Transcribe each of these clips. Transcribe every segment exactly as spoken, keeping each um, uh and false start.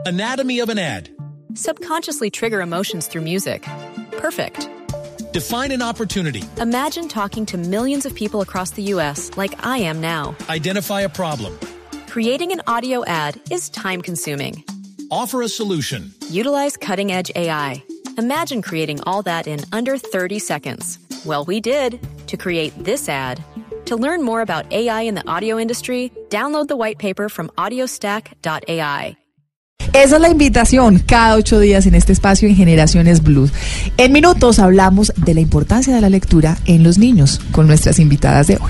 Anatomy of an ad. Subconsciously trigger emotions through music. Perfect. Define an opportunity. Imagine talking to millions of people across the U S like I am now. Identify a problem. Creating an audio ad is time-consuming. Offer a solution. Utilize cutting-edge A I. Imagine creating all that in under thirty seconds. Well, we did to create this ad. To learn more about A I in the audio industry, download the white paper from audiostack dot A I. Esa es la invitación cada ocho días en este espacio en Generaciones Blues. En minutos hablamos de la importancia de la lectura en los niños con nuestras invitadas de hoy.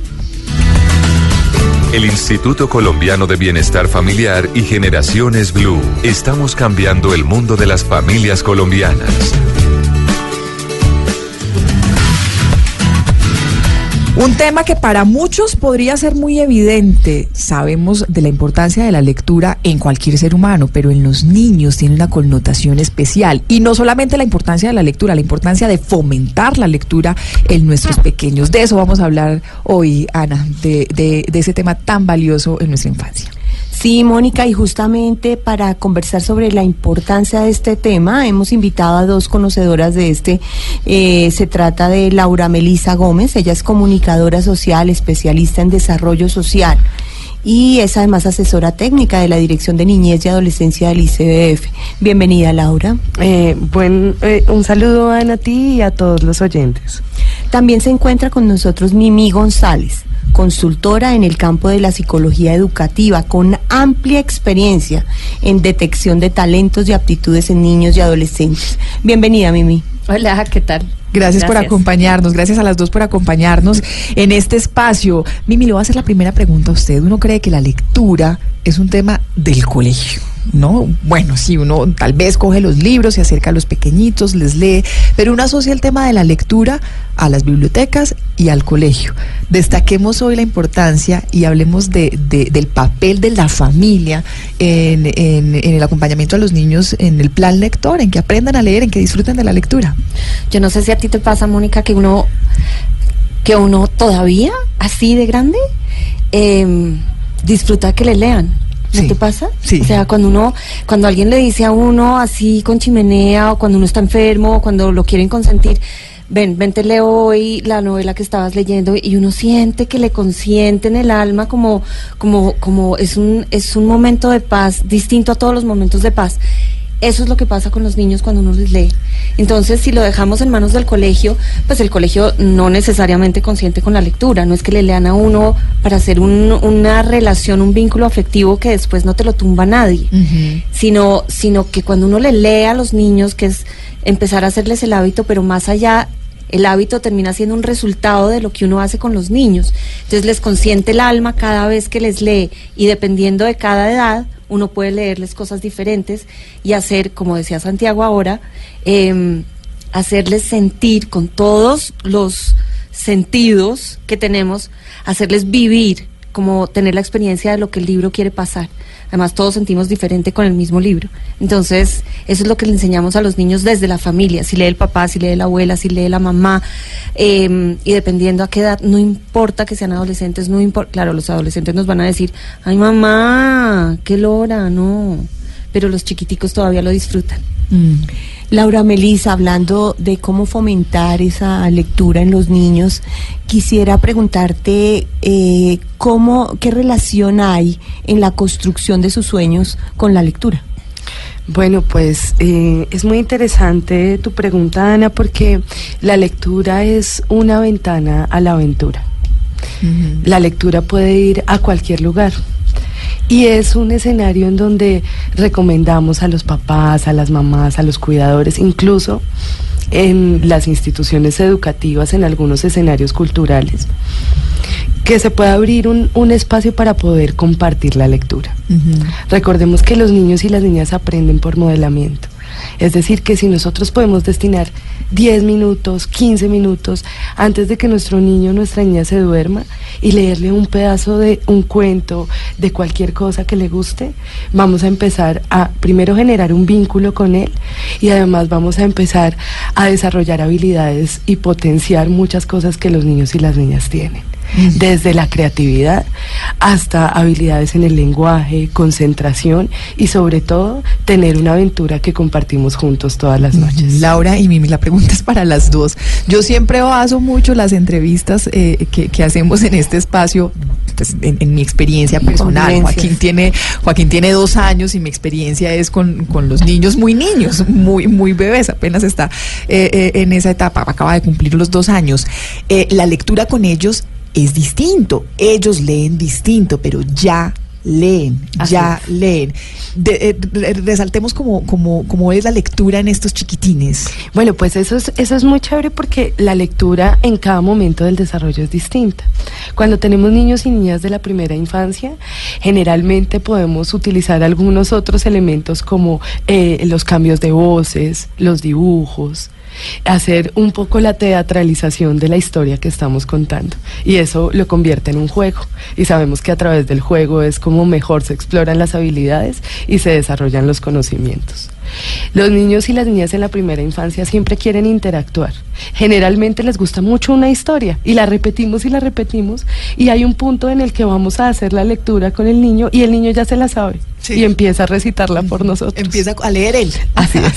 El Instituto Colombiano de Bienestar Familiar y Generaciones Blue. Estamos cambiando el mundo de las familias colombianas. Un tema que para muchos podría ser muy evidente. Sabemos de la importancia de la lectura en cualquier ser humano, pero en los niños tiene una connotación especial. Y no solamente la importancia de la lectura, la importancia de fomentar la lectura en nuestros pequeños. De eso vamos a hablar hoy, Ana, de, de, de ese tema tan valioso en nuestra infancia. Sí, Mónica, y justamente para conversar sobre la importancia de este tema, hemos invitado a dos conocedoras de este. Eh, se trata de Laura Melissa Gómez, ella es comunicadora social, especialista en desarrollo social, y es además asesora técnica de la Dirección de Niñez y Adolescencia del I C B F. Bienvenida, Laura. Eh, buen, eh, un saludo, Ana, a ti y a todos los oyentes. También se encuentra con nosotros Mimi González, consultora en el campo de la psicología educativa, con amplia experiencia en detección de talentos y aptitudes en niños y adolescentes. Bienvenida, Mimi. Hola, ¿qué tal? Gracias, gracias por acompañarnos, gracias a las dos por acompañarnos en este espacio. Mimi, le voy a hacer la primera pregunta a usted. ¿Uno cree que la lectura es un tema del colegio? ¿No? Bueno, sí, uno tal vez coge los libros, se acerca a los pequeñitos, les lee, pero uno asocia el tema de la lectura a las bibliotecas y al colegio. Destaquemos hoy la importancia y hablemos de, de, del papel de la familia en, en, en el acompañamiento a los niños en el plan lector, en que aprendan a leer, en que disfruten de la lectura. Yo no sé si a ti te pasa, Mónica, que uno, que uno todavía, así de grande, eh, disfruta que le lean. ¿No sí. te pasa? Sí. O sea, cuando uno, cuando alguien le dice a uno así con chimenea, o cuando uno está enfermo, o cuando lo quieren consentir, ven, ven, te leo hoy la novela que estabas leyendo, y uno siente que le consiente en el alma como, como, como es un, es un momento de paz distinto a todos los momentos de paz. Eso es lo que pasa con los niños cuando uno les lee. Entonces, si lo dejamos en manos del colegio, pues el colegio no necesariamente consiente con la lectura. No es que le lean a uno para hacer un, una relación, un vínculo afectivo que después no te lo tumba nadie. Uh-huh. Sino, sino que cuando uno le lee a los niños, que es empezar a hacerles el hábito, pero más allá, el hábito termina siendo un resultado de lo que uno hace con los niños. Entonces les consiente el alma cada vez que les lee, y dependiendo de cada edad, uno puede leerles cosas diferentes y hacer, como decía Santiago ahora, eh, hacerles sentir con todos los sentidos que tenemos, hacerles vivir, como tener la experiencia de lo que el libro quiere pasar. Además, todos sentimos diferente con el mismo libro. Entonces, eso es lo que le enseñamos a los niños desde la familia. Si lee el papá, si lee la abuela, si lee la mamá, eh, y dependiendo a qué edad, no importa que sean adolescentes, no importa. Claro, los adolescentes nos van a decir, ay mamá, qué lora, no. Pero los chiquiticos todavía lo disfrutan. Mm. Laura Melissa, hablando de cómo fomentar esa lectura en los niños, quisiera preguntarte eh, cómo, qué relación hay en la construcción de sus sueños con la lectura. Bueno, pues eh, es muy interesante tu pregunta, Ana, porque la lectura es una ventana a la aventura. Uh-huh. La lectura puede ir a cualquier lugar. Y es un escenario en donde recomendamos a los papás, a las mamás, a los cuidadores, incluso en las instituciones educativas, en algunos escenarios culturales, que se pueda abrir un, un espacio para poder compartir la lectura. Uh-huh. Recordemos que los niños y las niñas aprenden por modelamiento. Es decir, que si nosotros podemos destinar diez minutos, quince minutos antes de que nuestro niño o nuestra niña se duerma y leerle un pedazo de un cuento, de cualquier cosa que le guste, vamos a empezar a primero generar un vínculo con él, y además vamos a empezar a desarrollar habilidades y potenciar muchas cosas que los niños y las niñas tienen. mm. desde la creatividad hasta habilidades en el lenguaje, concentración y sobre todo tener una aventura que compartimos juntos todas las noches. Laura y Mimi, la pregunta es para las dos. Yo siempre baso mucho las entrevistas eh, que, que hacemos en este espacio, pues, en, en mi experiencia personal. Joaquín tiene, Joaquín tiene dos años y mi experiencia es con, con los niños muy niños, muy, muy bebés, apenas está eh, eh, en esa etapa, acaba de cumplir los dos años. Eh, la lectura con ellos es distinto, ellos leen distinto, pero ya leen, Así ya es. leen. De, eh, resaltemos cómo, cómo, cómo es la lectura en estos chiquitines. Bueno, pues eso es, eso es muy chévere porque la lectura en cada momento del desarrollo es distinta. Cuando tenemos niños y niñas de la primera infancia, generalmente podemos utilizar algunos otros elementos como eh, los cambios de voces, los dibujos, hacer un poco la teatralización de la historia que estamos contando, y eso lo convierte en un juego, y sabemos que a través del juego es como mejor se exploran las habilidades y se desarrollan los conocimientos. Los niños y las niñas en la primera infancia siempre quieren interactuar. Generalmente les gusta mucho una historia y la repetimos y la repetimos, y hay un punto en el que vamos a hacer la lectura con el niño y el niño ya se la sabe. Sí. Y empieza a recitarla por nosotros. Empieza a leer él. Así es.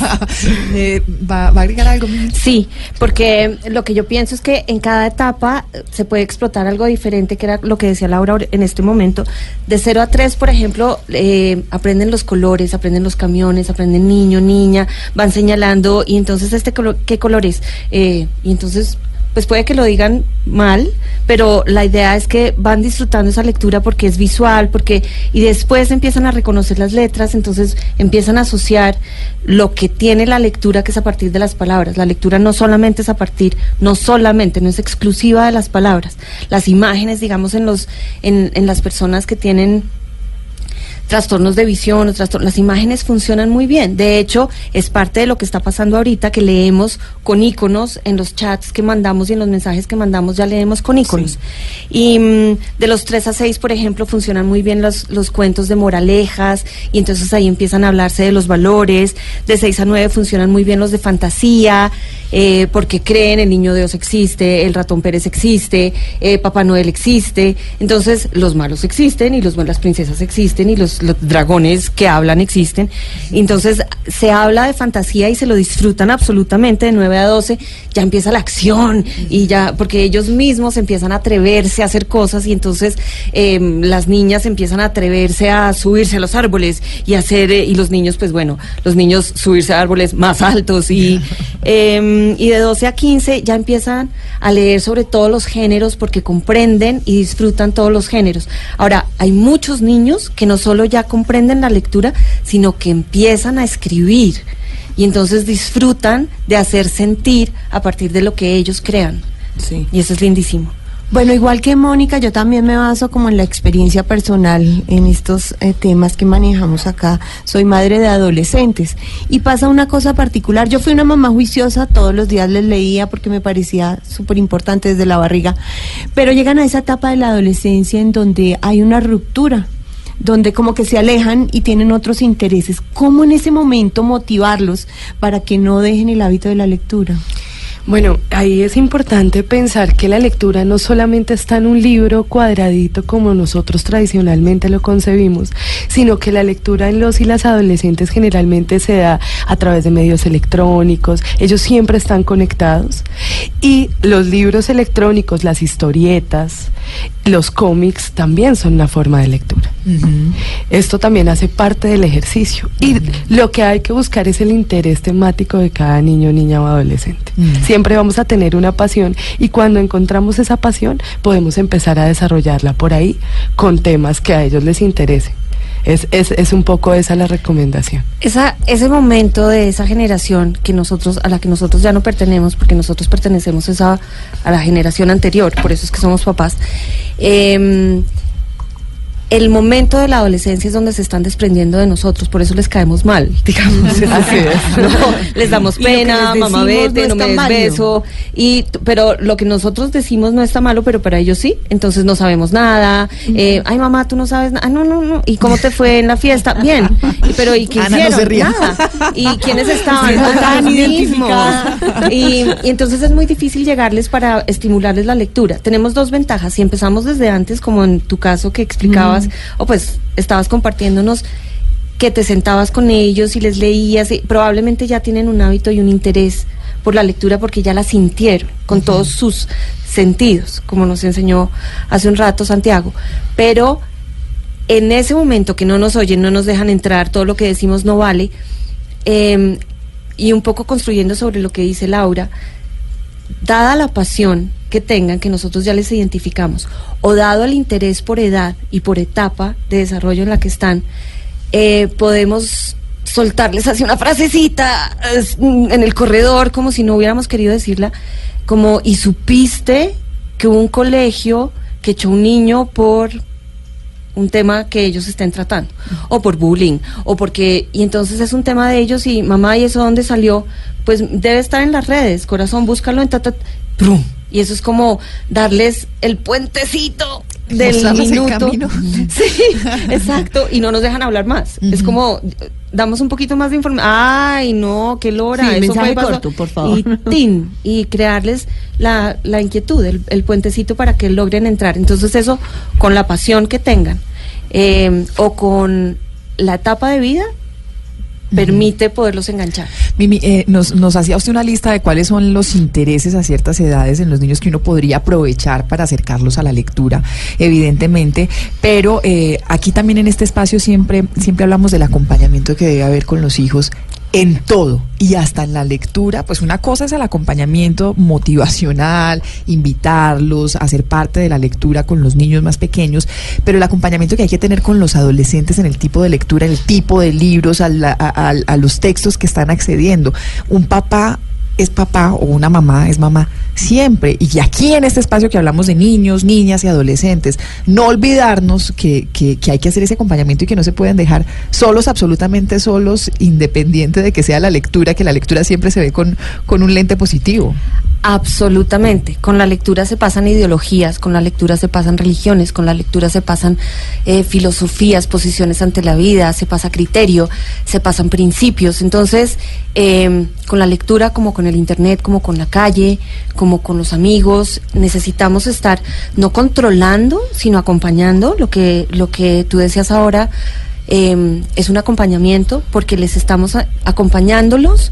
eh, ¿va, ¿Va a agregar algo? Sí, porque lo que yo pienso es que en cada etapa se puede explotar algo diferente, que era lo que decía Laura en este momento. De cero a tres, por ejemplo, eh, aprenden los colores, aprenden los camiones, aprenden niño, niña, van señalando, y entonces, este color, ¿qué color es? Eh, y entonces... pues puede que lo digan mal, pero la idea es que van disfrutando esa lectura porque es visual, porque y después empiezan a reconocer las letras, entonces empiezan a asociar lo que tiene la lectura, que es a partir de las palabras. La lectura no solamente es a partir, no solamente, no es exclusiva de las palabras. Las imágenes, digamos, en los en, en las personas que tienen trastornos de visión o trastornos, las imágenes funcionan muy bien. De hecho, es parte de lo que está pasando ahorita, que leemos con iconos en los chats que mandamos y en los mensajes que mandamos, ya leemos con iconos. Sí. Y mmm, de los tres a seis, por ejemplo, funcionan muy bien los, los cuentos de moralejas, y entonces ahí empiezan a hablarse de los valores. De seis a nueve funcionan muy bien los de fantasía, eh, porque creen el niño Dios existe, el ratón Pérez existe, eh, Papá Noel existe. Entonces, los malos existen y los, las princesas existen y los los dragones que hablan existen. Entonces se habla de fantasía y se lo disfrutan absolutamente. De nueve a doce ya empieza la acción, y ya, porque ellos mismos empiezan a atreverse a hacer cosas, y entonces eh, las niñas empiezan a atreverse a subirse a los árboles y hacer, eh, y los niños, pues bueno, los niños subirse a árboles más altos, y, eh, y de doce a quince ya empiezan a leer sobre todos los géneros, porque comprenden y disfrutan todos los géneros. Ahora, hay muchos niños que no solo ya comprenden la lectura, sino que empiezan a escribir, y entonces disfrutan de hacer sentir a partir de lo que ellos crean. Sí. Y eso es lindísimo. Bueno, igual que Mónica, yo también me baso como en la experiencia personal en estos eh, temas que manejamos acá. Soy madre de adolescentes y pasa una cosa particular. Yo fui una mamá juiciosa, todos los días les leía porque me parecía súper importante desde la barriga, pero llegan a esa etapa de la adolescencia en donde hay una ruptura, donde como que se alejan y tienen otros intereses. ¿Cómo en ese momento motivarlos para que no dejen el hábito de la lectura? Bueno, ahí es importante pensar que la lectura no solamente está en un libro cuadradito como nosotros tradicionalmente lo concebimos, sino que la lectura en los y las adolescentes generalmente se da a través de medios electrónicos. Ellos siempre están conectados, y los libros electrónicos, las historietas, los cómics también son una forma de lectura. Uh-huh. Esto también hace parte del ejercicio, y uh-huh. lo que hay que buscar es el interés temático de cada niño, niña o adolescente. Uh-huh. Siempre vamos a tener una pasión, y cuando encontramos esa pasión podemos empezar a desarrollarla por ahí con temas que a ellos les interesen. Es, es, es un poco esa la recomendación. Esa, ese momento de esa generación que nosotros, a la que nosotros ya no pertenecemos, porque nosotros pertenecemos esa, a la generación anterior, por eso es que somos papás, eh, el momento de la adolescencia es donde se están desprendiendo de nosotros, por eso les caemos mal, digamos. Así es. No, les damos pena, les mamá vete, no, no me des beso, y, pero lo que nosotros decimos no está malo, pero para ellos sí, entonces no sabemos nada, uh-huh. eh, ay mamá, tú no sabes nada, ah, no, no, no, ¿y cómo te fue en la fiesta? Bien, y, pero ¿y qué Ana hicieron? No se ría. Nada. ¿Y quiénes estaban? Tan identificadas. Y, y entonces es muy difícil llegarles para estimularles la lectura. Tenemos dos ventajas, si empezamos desde antes, como en tu caso que explicabas, uh-huh. o pues estabas compartiéndonos que te sentabas con ellos y les leías, y probablemente ya tienen un hábito y un interés por la lectura porque ya la sintieron con uh-huh. todos sus sentidos, como nos enseñó hace un rato Santiago, pero en ese momento que no nos oyen, no nos dejan entrar, todo lo que decimos no vale, eh, y un poco construyendo sobre lo que dice Laura, dada la pasión que tengan, que nosotros ya les identificamos, o dado el interés por edad y por etapa de desarrollo en la que están, eh, podemos soltarles así una frasecita en el corredor, como si no hubiéramos querido decirla, como, ¿y supiste que hubo un colegio que echó un niño por un tema que ellos estén tratando, o por bullying, o porque, y entonces es un tema de ellos, y mamá, ¿y eso dónde salió? Pues debe estar en las redes, corazón, búscalo en tata, ¡prum! Y eso es como darles el puentecito del Mostrarles minuto. el camino. Sí, exacto, y no nos dejan hablar más. Uh-huh. Es como, damos un poquito más de información. Ay, no, qué lora. Sí, eso mensaje fue, corto, por favor. Y tin, y crearles la, la inquietud, el, el puentecito para que logren entrar. Entonces eso, con la pasión que tengan, eh, o con la etapa de vida, permite poderlos enganchar. Mimi, eh, nos, nos hacía usted una lista de cuáles son los intereses a ciertas edades en los niños que uno podría aprovechar para acercarlos a la lectura, evidentemente, pero eh, aquí también en este espacio siempre, siempre hablamos del acompañamiento que debe haber con los hijos en todo, y hasta en la lectura. Pues una cosa es el acompañamiento motivacional, invitarlos a ser parte de la lectura con los niños más pequeños, pero el acompañamiento que hay que tener con los adolescentes en el tipo de lectura, en el tipo de libros, a, la, a, a, a los textos que están accediendo. Un papá es papá o una mamá es mamá siempre, y aquí en este espacio que hablamos de niños, niñas y adolescentes, no olvidarnos que, que, que hay que hacer ese acompañamiento y que no se pueden dejar solos, absolutamente solos, independiente de que sea la lectura, que la lectura siempre se ve con, con un lente positivo. Absolutamente, con la lectura se pasan ideologías, con la lectura se pasan religiones, con la lectura se pasan eh, filosofías, posiciones ante la vida, se pasa criterio, se pasan principios. Entonces, eh, con la lectura, como con el internet, como con la calle, como con los amigos, necesitamos estar no controlando, sino acompañando. Lo que, lo que tú decías ahora eh, es un acompañamiento, porque les estamos a, acompañándolos,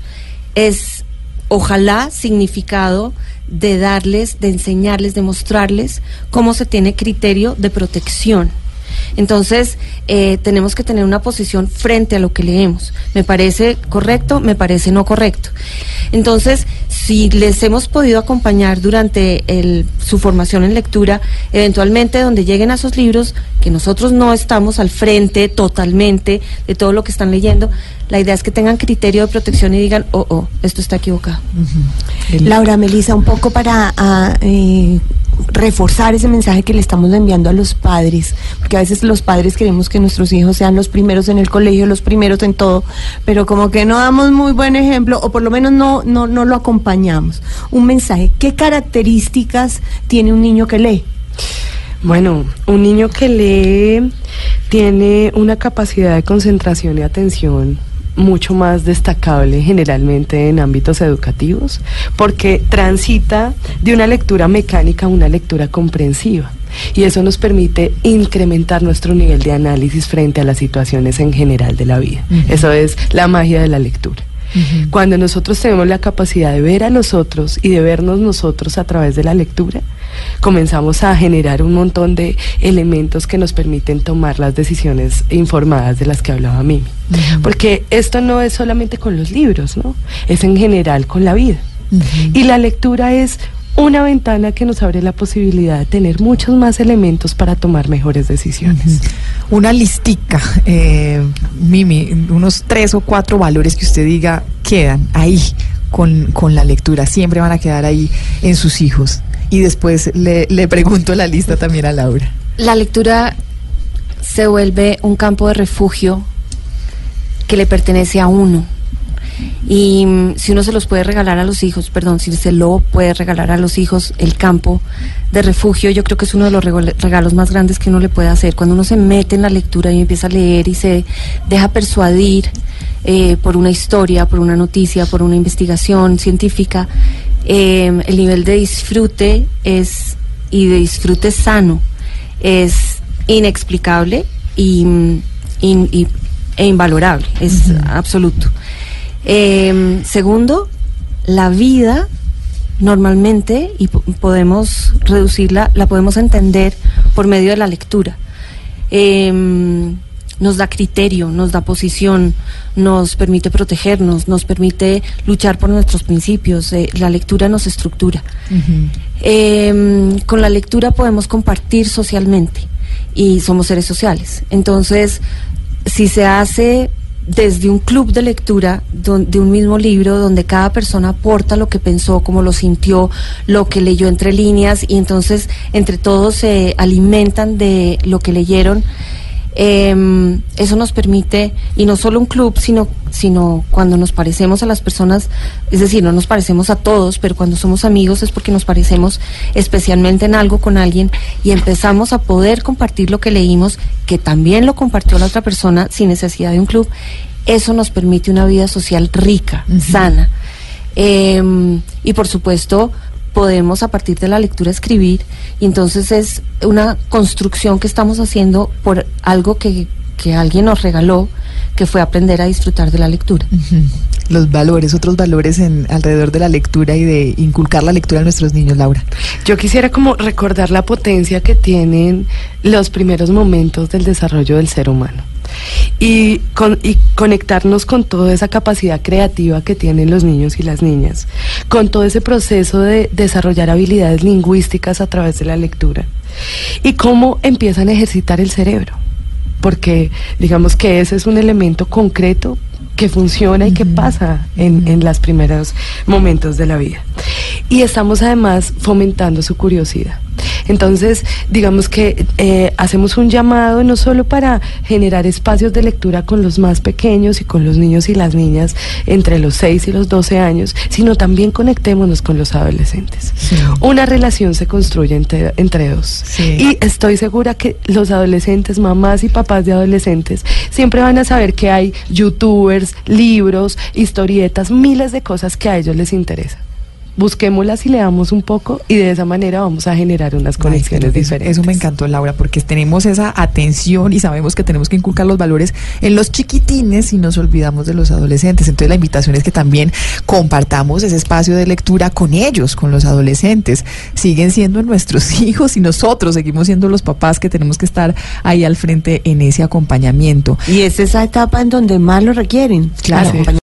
es ojalá significado de darles, de enseñarles, de mostrarles cómo se tiene criterio de protección. Entonces, eh, tenemos que tener una posición frente a lo que leemos. Me parece correcto, me parece no correcto. Entonces, si les hemos podido acompañar durante el, su formación en lectura, eventualmente donde lleguen a esos libros, que nosotros no estamos al frente totalmente de todo lo que están leyendo, la idea es que tengan criterio de protección y digan, oh, oh, esto está equivocado. Uh-huh. El... Laura, Melissa, un poco para a, eh, reforzar ese mensaje que le estamos enviando a los padres, porque a veces los padres queremos que nuestros hijos sean los primeros en el colegio, los primeros en todo, pero como que no damos muy buen ejemplo, o por lo menos no, no, no lo acompañamos. Un mensaje, ¿qué características tiene un niño que lee? Bueno, un niño que lee tiene una capacidad de concentración y atención mucho más destacable generalmente en ámbitos educativos, porque transita de una lectura mecánica a una lectura comprensiva, y eso nos permite incrementar nuestro nivel de análisis frente a las situaciones en general de la vida. Uh-huh. Eso es la magia de la lectura. Uh-huh. Cuando nosotros tenemos la capacidad de ver a los otros y de vernos nosotros a través de la lectura, comenzamos a generar un montón de elementos que nos permiten tomar las decisiones informadas de las que hablaba Mimi. Uh-huh. Porque esto no es solamente con los libros, ¿no? Es en general con la vida. Uh-huh. Y la lectura es una ventana que nos abre la posibilidad de tener muchos más elementos para tomar mejores decisiones. Uh-huh. Una listica, eh, Mimi, unos tres o cuatro valores que usted diga quedan ahí con, con la lectura, siempre van a quedar ahí en sus hijos. Y después le, le pregunto la lista también a Laura. La lectura se vuelve un campo de refugio que le pertenece a uno. Y mm, si uno se los puede regalar a los hijos, perdón, si se lo puede regalar a los hijos el campo de refugio, yo creo que es uno de los regalo- regalos más grandes que uno le puede hacer. Cuando uno se mete en la lectura y empieza a leer y se deja persuadir eh, por una historia, por una noticia, por una investigación científica, eh, el nivel de disfrute es y de disfrute sano es inexplicable y, y, y, e invalorable, es uh-huh. absoluto. Eh, segundo, la vida normalmente, y po- podemos reducirla, la podemos entender por medio de la lectura. Eh, nos da criterio, nos da posición, nos permite protegernos, nos permite luchar por nuestros principios. Eh, la lectura nos estructura. Uh-huh. Eh, con la lectura podemos compartir socialmente y somos seres sociales. Entonces, si se hace desde un club de lectura don, de un mismo libro donde cada persona aporta lo que pensó, cómo lo sintió, lo que leyó entre líneas, y entonces entre todos se alimentan de lo que leyeron, eh, eso nos permite, y no solo un club, sino sino cuando nos parecemos a las personas, es decir, no nos parecemos a todos, pero cuando somos amigos es porque nos parecemos especialmente en algo con alguien y empezamos a poder compartir lo que leímos, que también lo compartió la otra persona sin necesidad de un club. Eso nos permite una vida social rica, uh-huh. sana. Eh, y por supuesto podemos a partir de la lectura escribir, y entonces es una construcción que estamos haciendo por algo que, que alguien nos regaló, que fue aprender a disfrutar de la lectura. Uh-huh. Los valores, otros valores en alrededor de la lectura y de inculcar la lectura a nuestros niños, Laura. Yo quisiera como recordar la potencia que tienen los primeros momentos del desarrollo del ser humano. Y, con, y conectarnos con toda esa capacidad creativa que tienen los niños y las niñas, con todo ese proceso de desarrollar habilidades lingüísticas a través de la lectura, y cómo empiezan a ejercitar el cerebro, porque digamos que ese es un elemento concreto que funciona y que pasa en, en los primeros momentos de la vida. Y estamos además fomentando su curiosidad. Entonces, digamos que eh, hacemos un llamado no solo para generar espacios de lectura con los más pequeños y con los niños y las niñas entre los seis y los doce años, sino también conectémonos con los adolescentes. Sí. Una relación se construye entre, entre dos. Sí. Y estoy segura que los adolescentes, mamás y papás de adolescentes, siempre van a saber que hay youtubers, libros, historietas, miles de cosas que a ellos les interesan. Busquémoslas y leamos un poco, y de esa manera vamos a generar unas conexiones Ay, eso, diferentes. Eso me encantó, Laura, porque tenemos esa atención y sabemos que tenemos que inculcar los valores en los chiquitines y nos olvidamos de los adolescentes. Entonces la invitación es que también compartamos ese espacio de lectura con ellos, con los adolescentes. Siguen siendo nuestros hijos y nosotros seguimos siendo los papás que tenemos que estar ahí al frente en ese acompañamiento. Y es esa etapa en donde más lo requieren. Claro. Claro.